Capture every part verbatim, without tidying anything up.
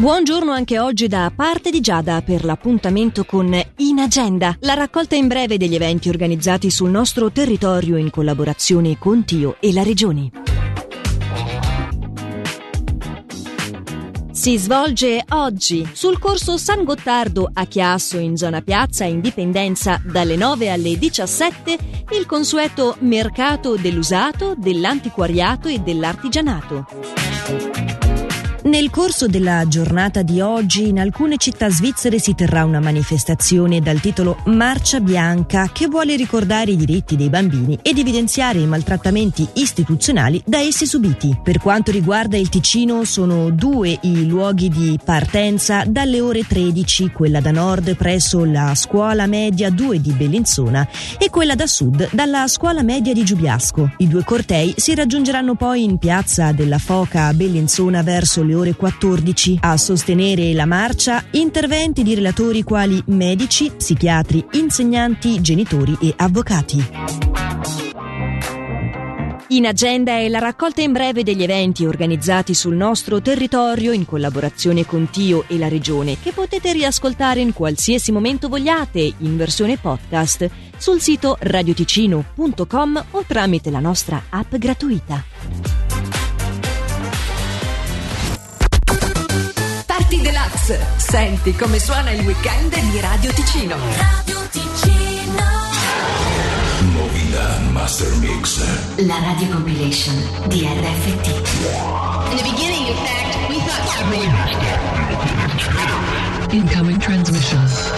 Buongiorno anche oggi da parte di Giada per l'appuntamento con In Agenda, la raccolta in breve degli eventi organizzati sul nostro territorio in collaborazione con Tio e la Regione. Si svolge oggi sul corso San Gottardo a Chiasso in zona Piazza Indipendenza dalle nove alle diciassette il consueto mercato dell'usato, dell'antiquariato e dell'artigianato. Nel corso della giornata di oggi in alcune città svizzere si terrà una manifestazione dal titolo Marcia Bianca che vuole ricordare i diritti dei bambini ed evidenziare i maltrattamenti istituzionali da essi subiti. Per quanto riguarda il Ticino sono due i luoghi di partenza dalle ore tredici, quella da nord presso la scuola media due di Bellinzona e quella da sud dalla scuola media di Giubiasco. I due cortei si raggiungeranno poi in piazza della Foca a Bellinzona verso le ore quattordici. A sostenere la marcia interventi di relatori quali medici, psichiatri, insegnanti, genitori e avvocati. In Agenda è la raccolta in breve degli eventi organizzati sul nostro territorio in collaborazione con Tio e la Regione, che potete riascoltare in qualsiasi momento vogliate in versione podcast sul sito radioticino punto com o tramite la nostra app gratuita. Deluxe. Senti come suona il weekend di Radio Ticino. Radio Ticino. Movida Master Mix. La radio compilation di R F T. In the beginning, in fact, we thought submarine. Incoming transmission.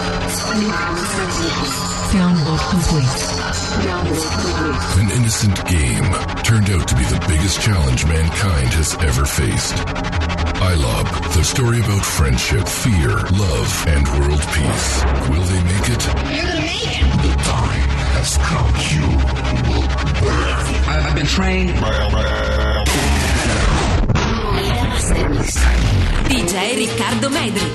Download complete. An innocent game turned out to be the biggest challenge mankind has ever faced. iLob, the story about friendship, fear, love, and world peace. Will they make it? You're gonna make it. The time has come. You will burn. I've been trained. D J Riccardo Medri.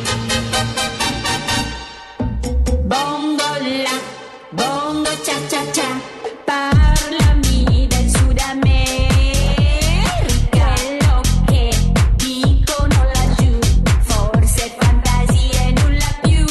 Bongo la, bongo cha cha cha, parlami del Sud America. Quello che dicono laggiù, forse fantasia e nulla più.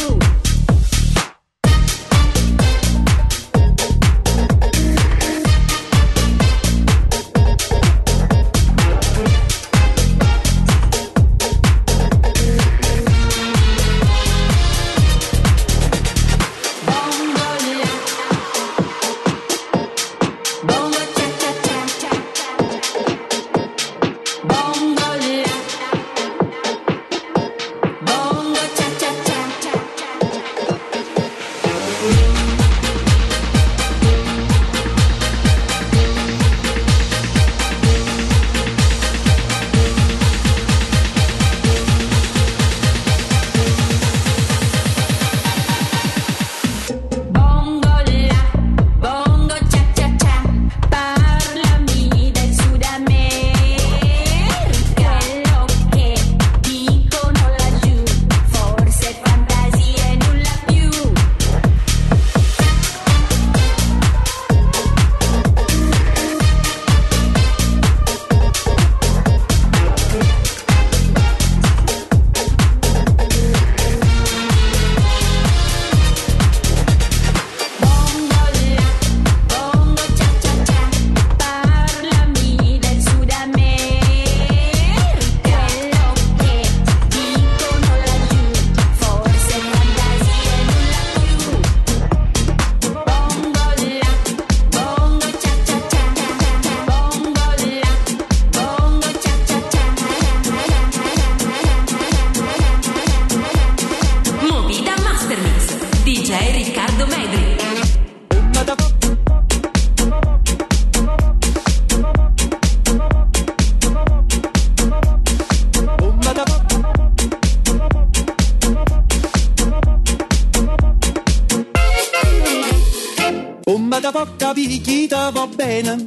Come da può capire chi ti va bene,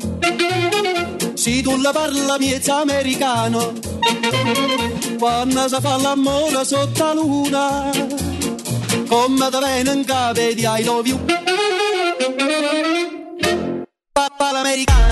se tu la parla miezza americano, quando si fa l'amore sotto la luna, come da viene in capo di I love you. Papà l'americano.